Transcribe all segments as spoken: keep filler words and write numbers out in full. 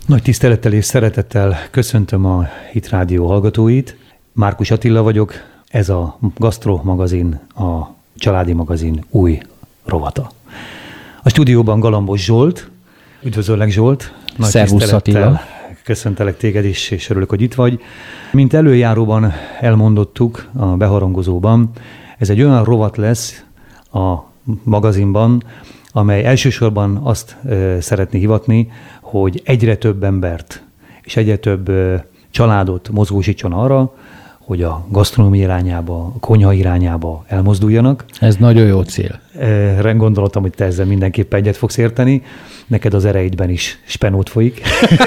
Nagy tisztelettel és szeretettel köszöntöm a Hit Rádió hallgatóit. Márkus Attila vagyok, ez a Gasztro magazin, a családi magazin új rovata. A stúdióban Galambos Zsolt. Üdvözöllek, Zsolt! Nagy Szervusz, Attila! Köszöntelek téged is, és örülök, hogy itt vagy. Mint előjáróban elmondottuk a beharangozóban, ez egy olyan rovat lesz a magazinban, amely elsősorban azt e, szeretné hivatni, hogy egyre több embert és egyre több e, családot mozgósítson arra, hogy a gasztronómia irányába, a konyha irányába elmozduljanak. Ez nagyon jó cél. E, gondoltam, hogy te ezzel mindenképpen egyet fogsz érteni. Neked az ereidben is spenót folyik.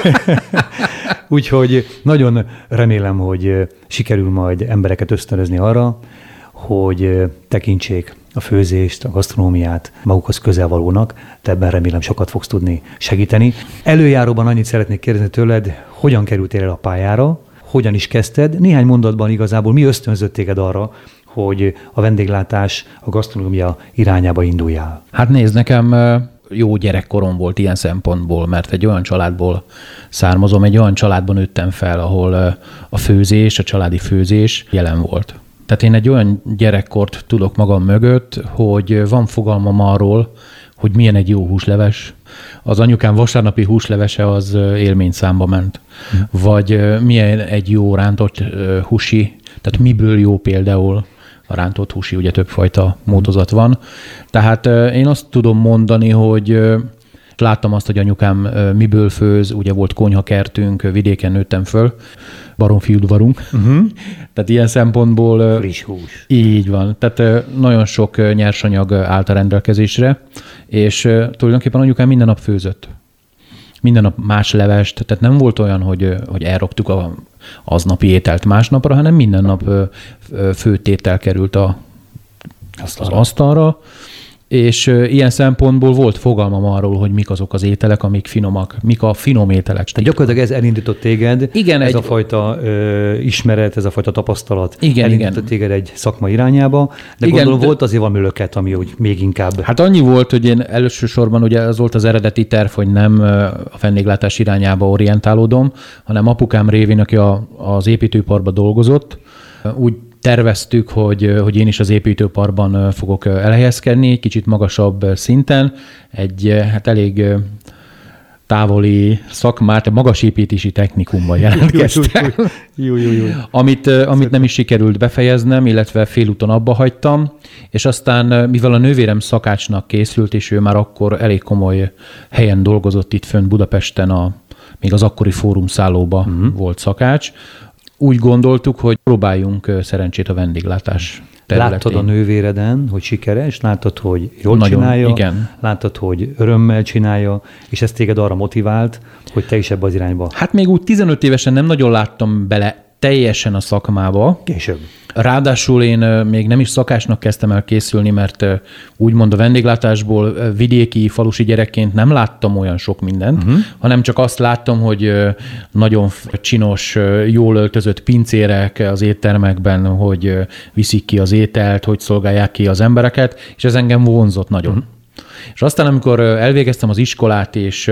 Úgyhogy nagyon remélem, hogy sikerül majd embereket ösztönözni arra, hogy tekintsék a főzést, a gasztronómiát magukhoz közelvalónak, te ebben remélem sokat fogsz tudni segíteni. Előjáróban annyit szeretnék kérdezni tőled, hogyan kerültél el a pályára, hogyan is kezdted, néhány mondatban igazából mi ösztönzött téged arra, hogy a vendéglátás, a gasztronómia irányába induljál? Hát nézd, nekem jó gyerekkorom volt ilyen szempontból, mert egy olyan családból származom, egy olyan családban nőttem fel, ahol a főzés, a családi főzés jelen volt. Tehát én egy olyan gyerekkort tudok magam mögött, hogy van fogalmam arról, hogy milyen egy jó húsleves. Az anyukám vasárnapi húslevese az élményszámba ment. Hm. Vagy milyen egy jó rántott húsi, tehát miből jó például a rántott húsi, ugye többfajta módozat van. Tehát én azt tudom mondani, hogy láttam azt, hogy anyukám miből főz, ugye volt konyhakertünk, vidéken nőttem föl, baromfiudvarunk. Uh-huh. Tehát ilyen szempontból... Friss hús. Így van. Tehát nagyon sok nyersanyag állt a rendelkezésre, és tulajdonképpen anyukám minden nap főzött. Minden nap más levest, tehát nem volt olyan, hogy, hogy elroktuk a aznapi ételt másnapra, hanem minden nap főtétel került a, az asztalra, és ilyen szempontból volt fogalmam arról, hogy mik azok az ételek, amik finomak, mik a finom ételek. Tehát gyakorlatilag ez elindított téged, igen, ez egy... a fajta ö, ismeret, ez a fajta tapasztalat igen, elindított igen. téged egy szakma irányába, de igen, gondolom de... volt azért valami löket, ami úgy még inkább... Hát annyi volt, hogy én elsősorban ugye az volt az eredeti terv, hogy nem a vendéglátás irányába orientálódom, hanem apukám révén, aki a, az építőiparban dolgozott, úgy terveztük, hogy, hogy én is az építőiparban fogok elhelyezkedni, kicsit magasabb szinten, egy hát elég távoli szakmát, magasépítési technikumban jelentkeztem, jó, jó, jó. amit, amit nem is sikerült befejeznem, illetve félúton abba hagytam, és aztán, mivel a nővérem szakácsnak készült, és ő már akkor elég komoly helyen dolgozott itt fönn Budapesten, a, még az akkori fórumszállóba uh-huh. volt szakács, úgy gondoltuk, hogy próbáljunk szerencsét a vendéglátás területén. Láttad a nővéreden, hogy sikeres, láttad, hogy jól Nagyon, csinálja, igen. láttad, hogy örömmel csinálja, és ez téged arra motivált, hogy te is ebbe az irányba. Hát még úgy tizenöt évesen nem nagyon láttam bele teljesen a szakmába. Később. Ráadásul én még nem is szakácsnak kezdtem el készülni, mert úgymond a vendéglátásból vidéki, falusi gyerekként nem láttam olyan sok mindent, uh-huh. hanem csak azt láttam, hogy nagyon csinos, jól öltözött pincérek az éttermekben, hogy viszik ki az ételt, hogy szolgálják ki az embereket, és ez engem vonzott nagyon. Uh-huh. És aztán, amikor elvégeztem az iskolát, és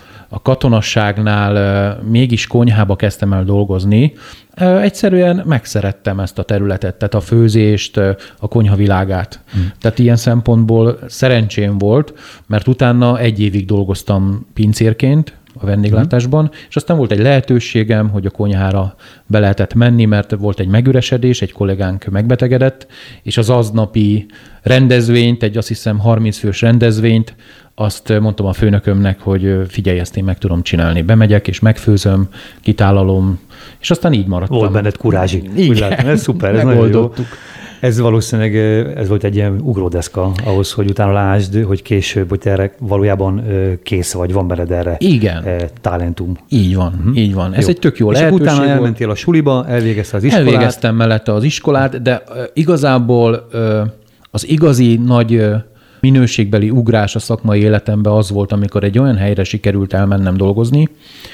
a katonasságnál mégis konyhába kezdtem el dolgozni, egyszerűen megszerettem ezt a területet, tehát a főzést, a konyhavilágát. Hmm. Tehát ilyen szempontból szerencsém volt, mert utána egy évig dolgoztam pincérként a vendéglátásban, hmm. és aztán volt egy lehetőségem, hogy a konyhára be lehetett menni, mert volt egy megüresedés, egy kollégánk megbetegedett, és az aznapi rendezvényt, egy azt hiszem harminc fős rendezvényt, azt mondtam a főnökömnek, hogy figyelj, ezt én meg tudom csinálni. Bemegyek, és megfőzöm, kitálalom, és aztán így maradtam. Volt benned kurázsi. Igen. Ez szuper, ez nagyon jó. Ez valószínűleg ez volt egy ilyen ugródeszka ahhoz, hogy utána lásd, hogy később, hogy te erre valójában kész vagy, van benned erre Igen. talentum. Így van, uh-huh. így van. Ez jó. egy tök jó és lehetőség utána volt. elmentél a suliba, elvégezte az iskolát. Elvégeztem mellette az iskolát, de igazából az igazi nagy minőségbeli ugrás a szakmai életemben az volt, amikor egy olyan helyre sikerült elmennem dolgozni,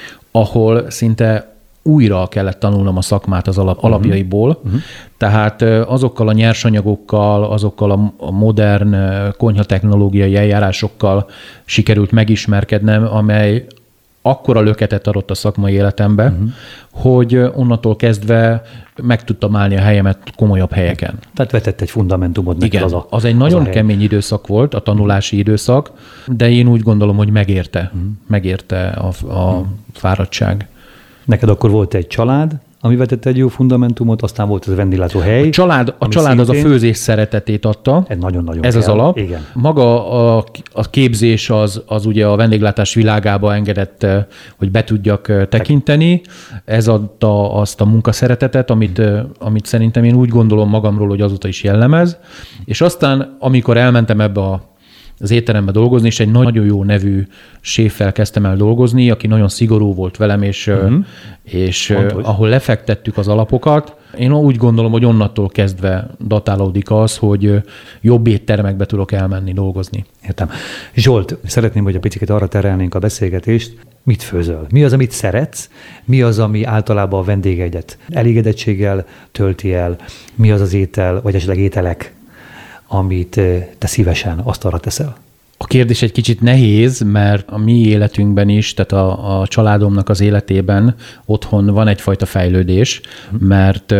ahol szinte újra kellett tanulnom a szakmát az alap, uh-huh. alapjaiból. Uh-huh. Tehát azokkal a nyersanyagokkal, azokkal a modern konyhatechnológiai eljárásokkal sikerült megismerkednem, amely akkora löketet adott a szakmai életembe, uh-huh. hogy onnantól kezdve meg tudtam állni a helyemet komolyabb helyeken. Tehát vetett egy fundamentumot neked. Igen, az a az egy nagyon az kemény időszak volt, a tanulási időszak, de én úgy gondolom, hogy megérte, uh-huh. megérte a, a uh-huh. fáradtság. Neked akkor volt egy család, ami vetett egy jó fundamentumot, aztán volt ez a vendéglátó hely. A család, a család az a főzés szeretetét adta. Ez nagyon-nagyon Ez kell. az alap. Igen. Maga a, a képzés az, az ugye a vendéglátás világába engedett, hogy be tudjak tekinteni. Ez adta azt a munkaszeretetet, amit, amit szerintem én úgy gondolom magamról, hogy azóta is jellemez. És aztán, amikor elmentem ebbe a az étterembe dolgozni, és egy nagyon jó nevű séffel kezdtem el dolgozni, aki nagyon szigorú volt velem, és, uh-huh. és ahol lefektettük az alapokat. Én úgy gondolom, hogy onnantól kezdve datálódik az, hogy jobb éttermekbe tudok elmenni dolgozni. Értem. Zsolt, szeretném, hogy a picit arra terelnénk a beszélgetést. Mit főzöl? Mi az, amit szeretsz? Mi az, ami általában a vendégeidet elégedettséggel tölti el? Mi az az étel, vagy esetleg ételek, amit te szívesen asztalra teszel? A kérdés egy kicsit nehéz, mert a mi életünkben is, tehát a, a családomnak az életében otthon van egyfajta fejlődés, mert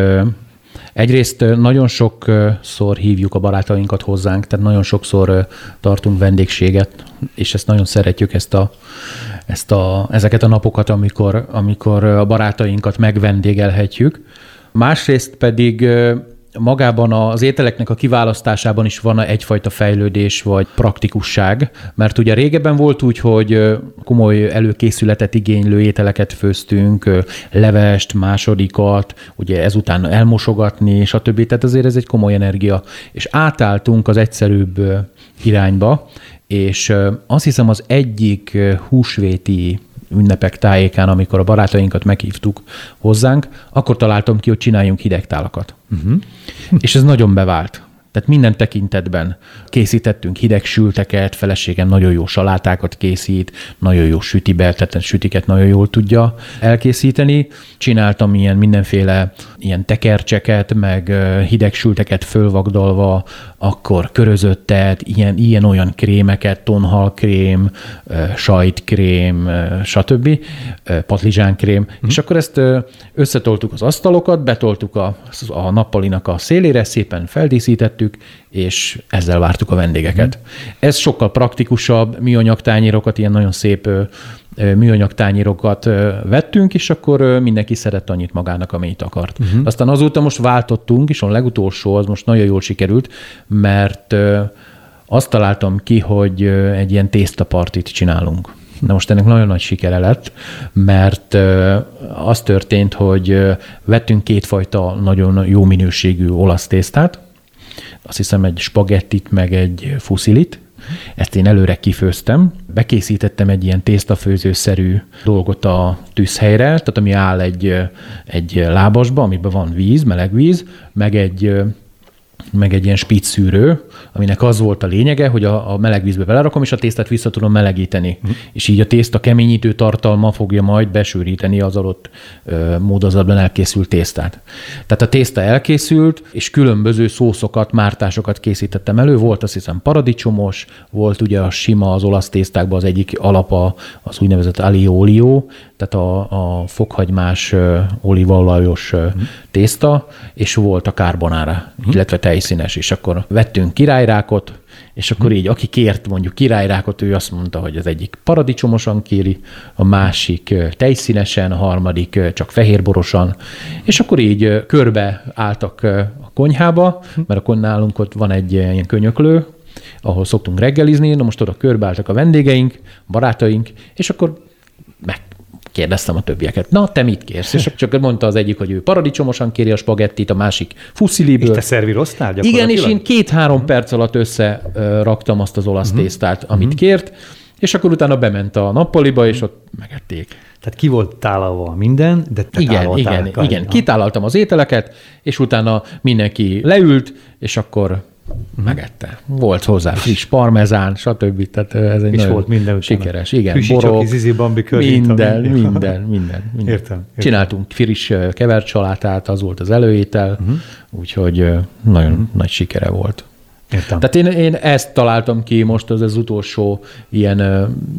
egyrészt nagyon sokszor hívjuk a barátainkat hozzánk, tehát nagyon sokszor tartunk vendégséget, és ezt nagyon szeretjük, ezt a, ezt a, ezeket a napokat, amikor, amikor a barátainkat megvendégelhetjük. Másrészt pedig magában az ételeknek a kiválasztásában is van egyfajta fejlődés vagy praktikusság, mert ugye régebben volt úgy, hogy komoly előkészületet igénylő ételeket főztünk, levest, másodikat, ugye ezután elmosogatni, stb. Tehát azért ez egy komoly energia. És átálltunk az egyszerűbb irányba, és azt hiszem az egyik húsvéti ünnepek tájékán, amikor a barátainkat meghívtuk hozzánk, akkor találtam ki, hogy csináljunk hidegtálakat. Uh-huh. És ez nagyon bevált. Tehát minden tekintetben készítettünk hideg sülteket, feleségem nagyon jó salátákat készít, nagyon jó sütibe, tehát sütiket nagyon jól tudja elkészíteni. Csináltam ilyen mindenféle ilyen tekercseket, meg hideg sülteket fölvagdalva, akkor körözöttet, ilyen, ilyen-olyan krémeket, tonhalkrém, sajtkrém, stb., patlizsánkrém, uh-huh. és akkor ezt összetoltuk az asztalokat, betoltuk a, a nappalinak a szélére, szépen feldíszítettük, és ezzel vártuk a vendégeket. Mm. Ez sokkal praktikusabb, műanyag tányérokat, ilyen nagyon szép műanyag tányérokat vettünk, és akkor mindenki szedett annyit magának, amennyit akart. Mm-hmm. Aztán azóta most váltottunk, és a legutolsó az most nagyon jól sikerült, mert azt találtam ki, hogy egy ilyen tésztapartit csinálunk. Na most ennek nagyon nagy sikere lett, mert az történt, hogy vettünk kétfajta nagyon jó minőségű olasz tésztát, azt hiszem egy spagettit, meg egy fuszilit. Ezt én előre kifőztem. Bekészítettem egy ilyen tésztafőzőszerű dolgot a tűzhelyre, tehát ami áll egy, egy lábasba, amiben van víz, meleg víz, meg egy, meg egy ilyen spitzszűrő, aminek az volt a lényege, hogy a, a meleg vízbe belerakom, és a tésztát vissza tudom melegíteni. Mm. És így a tészta keményítő tartalma fogja majd besűríteni az adott ö, módozatban elkészült tésztát. Tehát a tészta elkészült, és különböző szószokat, mártásokat készítettem elő. Volt azt hiszem paradicsomos, volt ugye a sima, az olasz tésztákban az egyik alapa, az úgynevezett aglio olio, tehát a, a fokhagymás, olívaolajos mm. tészta, és volt a carbonara, mm. illetve tejszínes, és akkor vettünk királyrákot, és akkor így, aki kért mondjuk királyrákot, ő azt mondta, hogy az egyik paradicsomosan kéri, a másik tejszínesen, a harmadik csak fehérborosan, és akkor így körbe álltak a konyhába, mert a nálunk ott van egy ilyen könyöklő, ahol szoktunk reggelizni, na most oda körbeálltak a vendégeink, barátaink, és akkor meg kérdeztem a többieket. Na, te mit kérsz? És csak mondta az egyik, hogy ő paradicsomosan kéri a spagettit, a másik fusziliből. És te szervíroztál gyakorlatilag? Igen, és én két-három perc alatt összeraktam azt az olasz uh-huh. tésztát, amit uh-huh. kért, és akkor utána bement a nappaliba, és ott megették. Tehát ki volt tálalva minden, de te igen, igen, igen, igen. Kitálaltam az ételeket, és utána mindenki leült, és akkor uh-huh. megette. Volt hozzá friss parmezán, stb. Tehát ez egy és volt minden sikeres. Igen, Füsi, borok, csoki, zizi, bambi, minden, minden, minden, minden. Értem, értem. Csináltunk friss kevert salátát, az volt az előétel, uh-huh. úgyhogy nagyon uh-huh. nagy sikere volt. Értem. Tehát én, én ezt találtam ki most, az az utolsó ilyen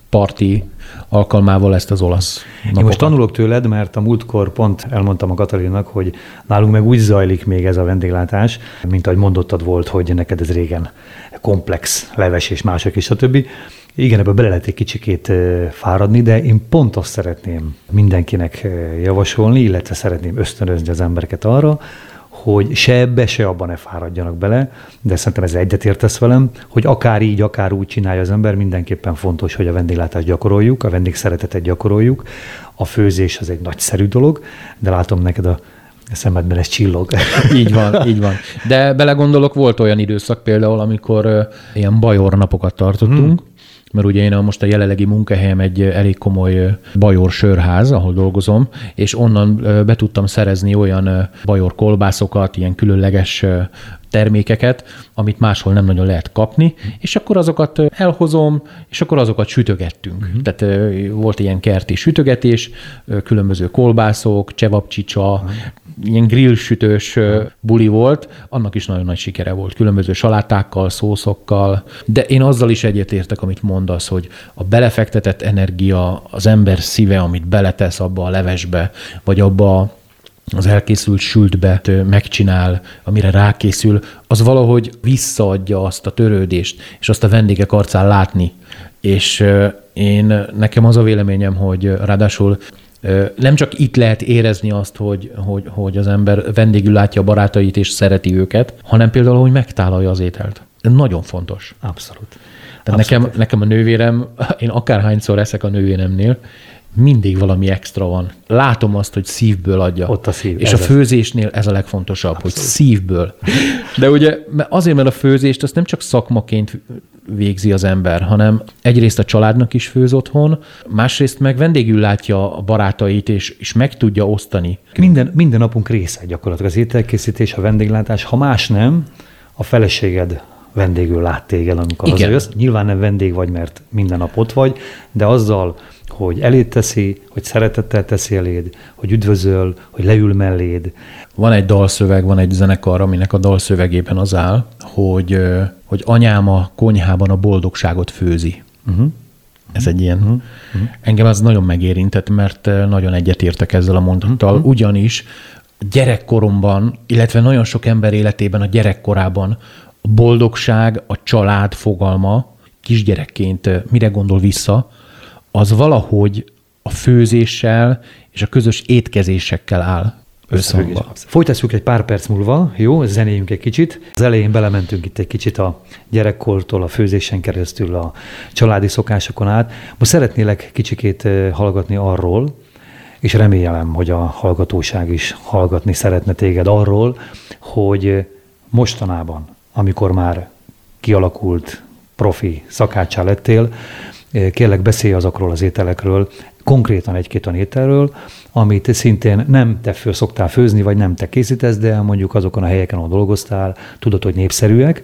parti alkalmával ezt az olasz napokat. Én most tanulok tőled, mert a múltkor pont elmondtam a Katalinnak, hogy nálunk meg úgy zajlik még ez a vendéglátás, mint ahogy mondottad volt, hogy neked ez régen komplex, leves és mások is, stb. Igen, ebbe bele lehet egy kicsikét fáradni, de én pont azt szeretném mindenkinek javasolni, illetve szeretném ösztönözni az embereket arra, hogy se ebbe, se abban ne fáradjanak bele, de szerintem ez egyetértesz velem, hogy akár így, akár úgy csinálja az ember, mindenképpen fontos, hogy a vendéglátást gyakoroljuk, a vendégszeretetet gyakoroljuk. A főzés az egy nagyszerű dolog, de látom neked a szemedben ez csillog. Így van, így van. De belegondolok, volt olyan időszak például, amikor uh, ilyen bajor napokat tartottunk, hmm. mert ugye én a, most a jelenlegi munkahelyem egy elég komoly bajor sörház, ahol dolgozom, és onnan be tudtam szerezni olyan bajor kolbászokat, ilyen különleges termékeket, amit máshol nem nagyon lehet kapni, és akkor azokat elhozom, és akkor azokat sütögettünk. Uh-huh. Tehát volt ilyen kerti sütögetés, különböző kolbászok, csevapcsicsa, uh-huh. ilyen grillsütős buli volt, annak is nagyon nagy sikere volt, különböző salátákkal, szószokkal, de én azzal is egyetértek, amit mondasz, hogy a belefektetett energia, az ember szíve, amit beletesz abba a levesbe, vagy abba az elkészült sültbe megcsinál, amire rákészül, az valahogy visszaadja azt a törődést, és azt a vendégek arcán látni. És én, nekem az a véleményem, hogy ráadásul nem csak itt lehet érezni azt, hogy, hogy, hogy az ember vendégül látja a barátait és szereti őket, hanem például, hogy megtálalja az ételt. Ez nagyon fontos. Abszolút. Tehát nekem, nekem a nővérem, én akárhányszor eszek a nővéremnél, mindig valami extra van. Látom azt, hogy szívből adja. Ott a szív. És a főzésnél ez a legfontosabb, abszolút. Hogy szívből. De ugye azért, mert a főzést azt nem csak szakmaként végzi az ember, hanem egyrészt a családnak is főz otthon, másrészt meg vendégül látja a barátait, és, és meg tudja osztani. Minden, minden napunk része gyakorlatilag az ételkészítés, a vendéglátás. Ha más nem, a feleséged vendégül lát téged, amikor hazajössz. Nyilván nem vendég vagy, mert minden nap ott vagy, de azzal, hogy eléd teszi, hogy szeretettel teszi eléd, hogy üdvözöl, hogy leül melléd. Van egy dalszöveg, van egy zenekar, aminek a dalszövegében az áll, hogy, hogy anyám a konyhában a boldogságot főzi. Uh-huh. Ez egy ilyen. Uh-huh. Engem az nagyon megérintett, mert nagyon egyetértek ezzel a mondattal, uh-huh. ugyanis gyerekkoromban, illetve nagyon sok ember életében a gyerekkorában a boldogság, a család fogalma kisgyerekként mire gondol vissza, az valahogy a főzéssel és a közös étkezésekkel áll összhangba. Folytassuk egy pár perc múlva, jó? Zenéljünk egy kicsit. Az elején belementünk itt egy kicsit a gyerekkortól, a főzésen keresztül, a családi szokásokon át. Most szeretnélek kicsikét hallgatni arról, és remélem, hogy a hallgatóság is hallgatni szeretne téged arról, hogy mostanában, amikor már kialakult profi szakáccsá lettél, kérlek, beszélj azokról az ételekről, konkrétan egy-két olyan ételről, amit szintén nem te föl szoktál főzni, vagy nem te készítesz, de mondjuk azokon a helyeken, ahol dolgoztál, tudod, hogy népszerűek,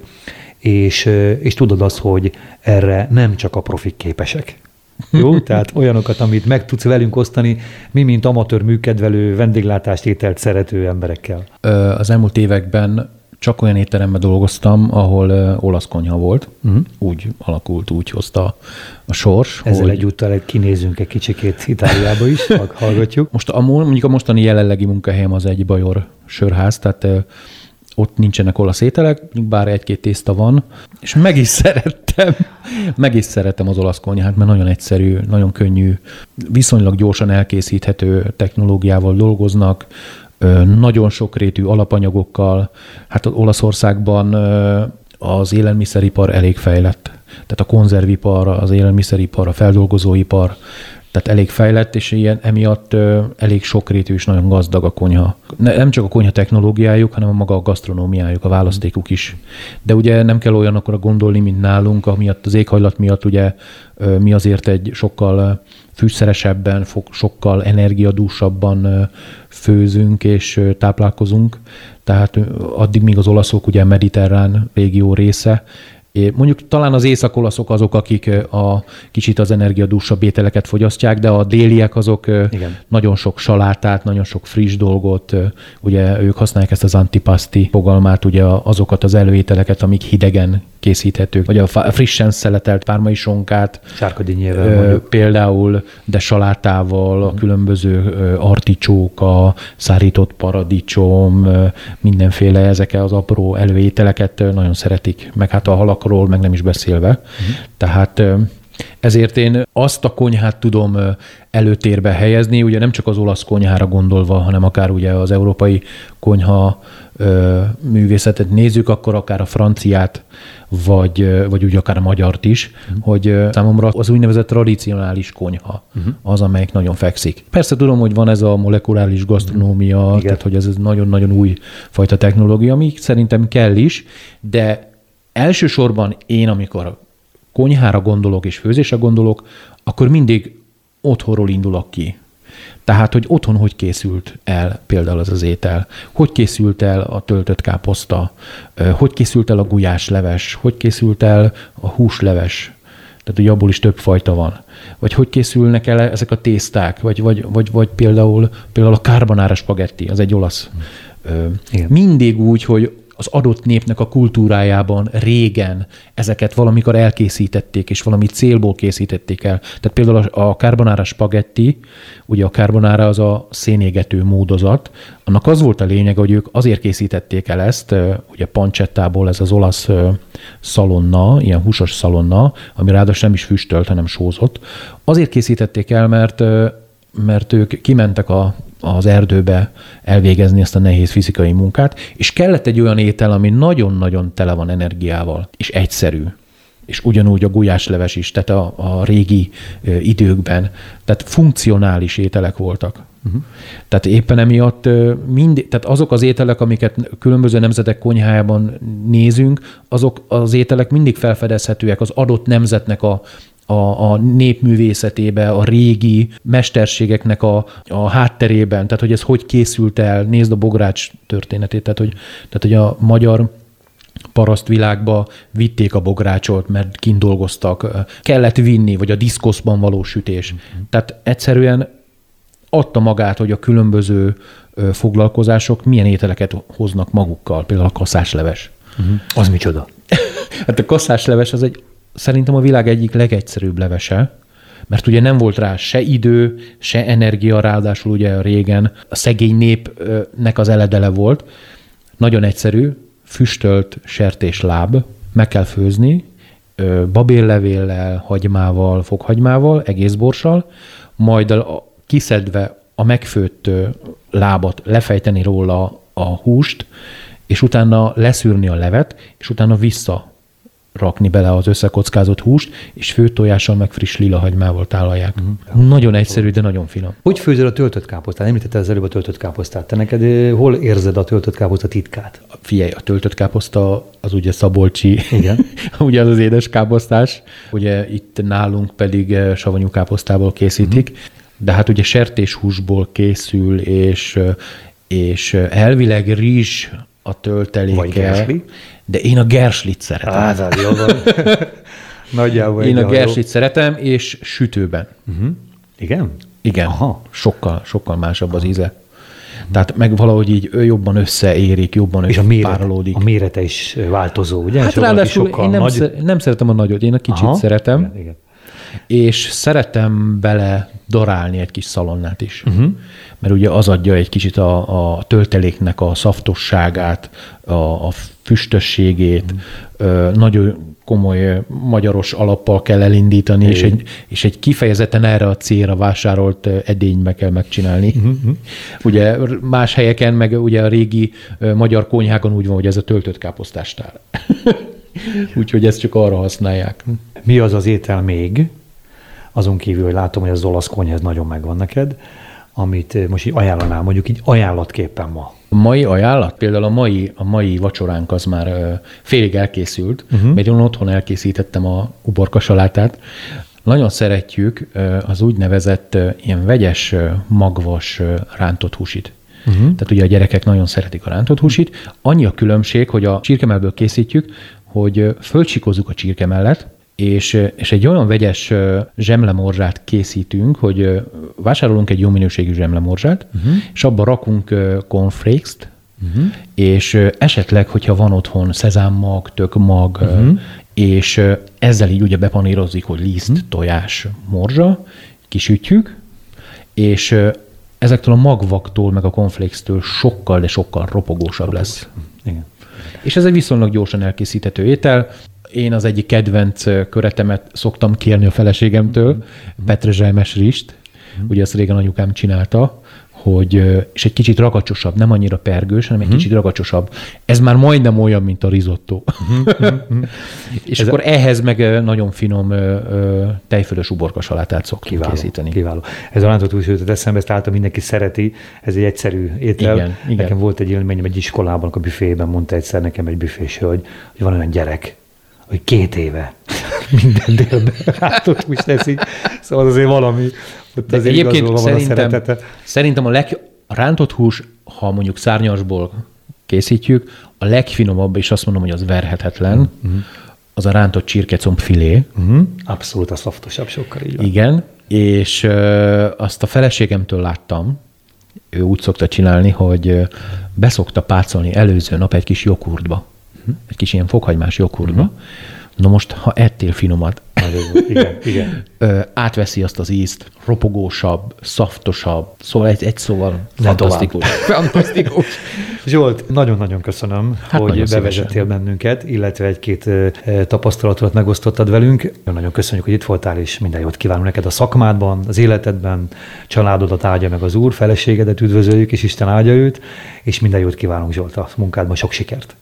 és, és tudod azt, hogy erre nem csak a profik képesek. Jó? Tehát olyanokat, amit meg tudsz velünk osztani, mi, mint amatőr műkedvelő, vendéglátást, ételt szerető emberekkel. Az elmúlt években csak olyan étteremben dolgoztam, ahol uh, olasz konyha volt. Uh-huh. Úgy alakult, úgy hozta a sors. Ezzel hogy... egyúttal kinézünk egy kicsikét Itáliába is, hallgatjuk. Most a, mondjuk a mostani jelenlegi munkahelyem az egy bajor sörház, tehát uh, ott nincsenek olasz ételek, bár egy-két tészta van, és meg is szerettem, meg is szerettem az olasz konyhát, mert nagyon egyszerű, nagyon könnyű, viszonylag gyorsan elkészíthető technológiával dolgoznak, nagyon sokrétű alapanyagokkal. Hát Olaszországban az élelmiszeripar elég fejlett. Tehát a konzervipar, az élelmiszeripar, a feldolgozóipar, tehát elég fejlett, és ilyen emiatt elég sokrétű és nagyon gazdag a konyha. Nem csak a konyha technológiájuk, hanem a maga a gasztronómiájuk, a választékuk is. De ugye nem kell olyanokra gondolni, mint nálunk, amiatt az éghajlat miatt ugye mi azért egy sokkal fűszeresebben, sokkal energiadúsabban főzünk és táplálkozunk. Tehát addig még az olaszok ugye a mediterrán régió része. Mondjuk talán az észak-olaszok azok, akik a kicsit az energiadúsabb ételeket fogyasztják, de a déliek azok igen. Nagyon sok salátát, nagyon sok friss dolgot, ugye ők használják ezt az antipasti fogalmát, ugye azokat az előételeket, amik hidegen készíthetők, vagy a frissen szeletelt pármai sonkát. Sárkadinnyével például, de salátával, a különböző articsóka, szárított paradicsom, mindenféle ezek az apró előételeket nagyon szeretik, meg hát a halakról meg nem is beszélve. Uh-huh. Tehát ezért én azt a konyhát tudom előtérbe helyezni, ugye nem csak az olasz konyhára gondolva, hanem akár ugye az európai konyha művészetet nézzük, akkor akár a franciát, vagy, vagy úgy akár a magyart is, uh-huh. hogy számomra az úgynevezett tradicionális konyha uh-huh. az, amelyik nagyon fekszik. Persze tudom, hogy van ez a molekuláris gasztronómia, uh-huh. tehát hogy ez nagyon-nagyon új fajta technológia, ami szerintem kell is, de elsősorban én, amikor konyhára gondolok és főzésre gondolok, akkor mindig otthonról indulok ki. Tehát, hogy otthon hogy készült el például az az étel, hogy készült el a töltött káposzta, hogy készült el a gulyásleves, hogy készült el a húsleves, tehát hogy abból is több fajta van. Vagy hogy készülnek el ezek a tészták, vagy, vagy, vagy, vagy például, például a carbonara spagetti, az egy olasz. Igen. Mindig úgy, hogy az adott népnek a kultúrájában régen ezeket valamikor elkészítették, és valami célból készítették el. Tehát például a carbonara spagetti, ugye a carbonara az a szénégető módozat, annak az volt a lényeg, hogy ők azért készítették el ezt, ugye pancettából ez az olasz szalonna, ilyen húsos szalonna, ami ráadásul nem is füstölt, hanem sózott. Azért készítették el, mert, mert ők kimentek a az erdőbe elvégezni ezt a nehéz fizikai munkát, és kellett egy olyan étel, ami nagyon-nagyon tele van energiával, és egyszerű. És ugyanúgy a gulyásleves is, tehát a, a régi ö, időkben. Tehát funkcionális ételek voltak. Uh-huh. Tehát éppen emiatt mind, tehát azok az ételek, amiket különböző nemzetek konyhájában nézünk, azok az ételek mindig felfedezhetőek az adott nemzetnek a A, a népművészetébe, a régi mesterségeknek a, a hátterében, tehát hogy ez hogy készült el, nézd a bogrács történetét, tehát hogy, tehát, hogy a magyar parasztvilágba vitték a bográcsot, mert kint dolgoztak, kellett vinni, vagy a diszkoszban való sütés. Uh-huh. Tehát egyszerűen adta magát, hogy a különböző foglalkozások milyen ételeket hoznak magukkal, például a kasszásleves. Uh-huh. Az micsoda? Hát a kasszásleves az egy szerintem a világ egyik legegyszerűbb levese, mert ugye nem volt rá se idő, se energia, ráadásul ugye régen a szegény népnek az eledele volt. Nagyon egyszerű, füstölt sertésláb, meg kell főzni, babérlevéllel, hagymával, fokhagymával, egész borssal, majd a, kiszedve a megfőtt lábat, lefejteni róla a húst, és utána leszűrni a levet, és utána vissza rakni bele az összekockázott húst, és főtojással meg friss lilahagymával tálalják. Uh-huh. Nagyon egyszerű, de nagyon finom. Hogy főzöl a töltött káposztát? Említetted az előbb a töltött káposztát. Te neked hol érzed a töltött káposzta titkát? Figyelj, a töltött káposzta az ugye szabolcsi, igen. ugye az az édes káposztás, ugye itt nálunk pedig savanyú káposztából készítik, uh-huh. de hát ugye sertéshúsból készül, és, és elvileg rizs a tölteléke, de én a gerslit szeretem. Á, az jó van. Nagyjából én a gerslit szeretem, és sütőben. Uh-huh. Igen? Igen. Aha. Sokkal, sokkal másabb az íze. Uh-huh. Tehát meg valahogy így jobban összeérik, jobban és összepárolódik. A mérete is változó, ugye? Hát ráadásul én nem, nagy... szer- nem szeretem a nagyot, én a kicsit Aha. szeretem. Igen, igen. És szeretem bele darálni egy kis szalonnát is. Uh-huh. Mert ugye az adja egy kicsit a, a tölteléknek a szaftosságát, a, a füstösségét, uh-huh. nagyon komoly magyaros alappal kell elindítani, és egy, és egy kifejezetten erre a célra vásárolt edénybe kell megcsinálni. Uh-huh. Ugye más helyeken, meg ugye a régi magyar konyhákon úgy van, hogy ez a töltött káposztástál. Úgyhogy ezt csak arra használják. Mi az az étel még, azon kívül, hogy látom, hogy az olasz konyha ez nagyon megvan neked, amit most így ajánlanál, mondjuk így ajánlatképpen ma? A mai ajánlat? Például a mai, a mai vacsoránk az már uh, félig elkészült, uh-huh. mert én otthon elkészítettem a uborka salátát. Nagyon szeretjük uh, az úgynevezett uh, ilyen vegyes, uh, magvas uh, rántott húsit. Uh-huh. Tehát ugye a gyerekek nagyon szeretik a rántott húsit. Annyi a különbség, hogy a csirkemellből készítjük, hogy fölcsikozzuk a csirkemellet, és, és egy olyan vegyes zsemlemorzsát készítünk, hogy vásárolunk egy jó minőségű zsemlemorzsát, uh-huh. és abba rakunk cornflakes-t, uh-huh. és esetleg, hogyha van otthon szezámmag, tökmag, uh-huh. és ezzel így ugye bepanírozzuk, hogy liszt, hmm. tojás, morzsa, kisütjük, és ezektől a magvaktól, meg a cornflakestől sokkal, de sokkal ropogósabb Ropogós. lesz. Igen. És ez egy viszonylag gyorsan elkészíthető étel. Én az egyik kedvenc köretemet szoktam kérni a feleségemtől, mm-hmm. petrezselymes rist. Mm-hmm. Ugye azt régen anyukám csinálta, hogy, és egy kicsit ragacsosabb, nem annyira pergős, hanem egy mm-hmm. kicsit ragacsosabb. Ez már majdnem olyan, mint a risotto. Mm-hmm. és Ez akkor a... ehhez meg nagyon finom tejfölös uborkasalátát szoktunk kiváló, készíteni. Kiváló. Ez a rántott hús jutott eszembe, ezt általában mindenki szereti, ez egy egyszerű étel. Igen, igen. Nekem volt egy élményem egy iskolában, a büfében mondta egyszer nekem egy büfés, hogy, hogy van olyan gyerek, hogy két éve minden délben rántott húst eszik. Szóval azért valami, ott azért igazolva van a szeretete. Szerintem a, leg, a rántott hús, ha mondjuk szárnyasból készítjük, a legfinomabb, és azt mondom, hogy az verhetetlen, mm-hmm. az a rántott csirkecomb filé. Mm-hmm. Abszolút a szaftosabb sokkal így van. Igen, és ö, azt a feleségemtől láttam, ő úgy szokta csinálni, hogy beszokta pácolni előző nap egy kis joghurtba. Egy kis ilyen fokhagymás joghurtba. Uh-huh. Na most, ha ettél finomat, igen, igen. Ö, átveszi azt az ízt, ropogósabb, szaftosabb, szóval egy, egy szóval fantasztikus. Fantasztikus. Zsolt, nagyon-nagyon köszönöm, hát hogy nagyon bevezettél szívesen. bennünket, illetve egy-két tapasztalatodat megosztottad velünk. Nagyon köszönjük, hogy itt voltál, és minden jót kívánunk neked a szakmádban, az életedben, családodat áldja meg az Úr, feleségedet üdvözöljük, és Isten áldja őt, és minden jót kívánunk, Zsolt, a munkádban, sok sikert.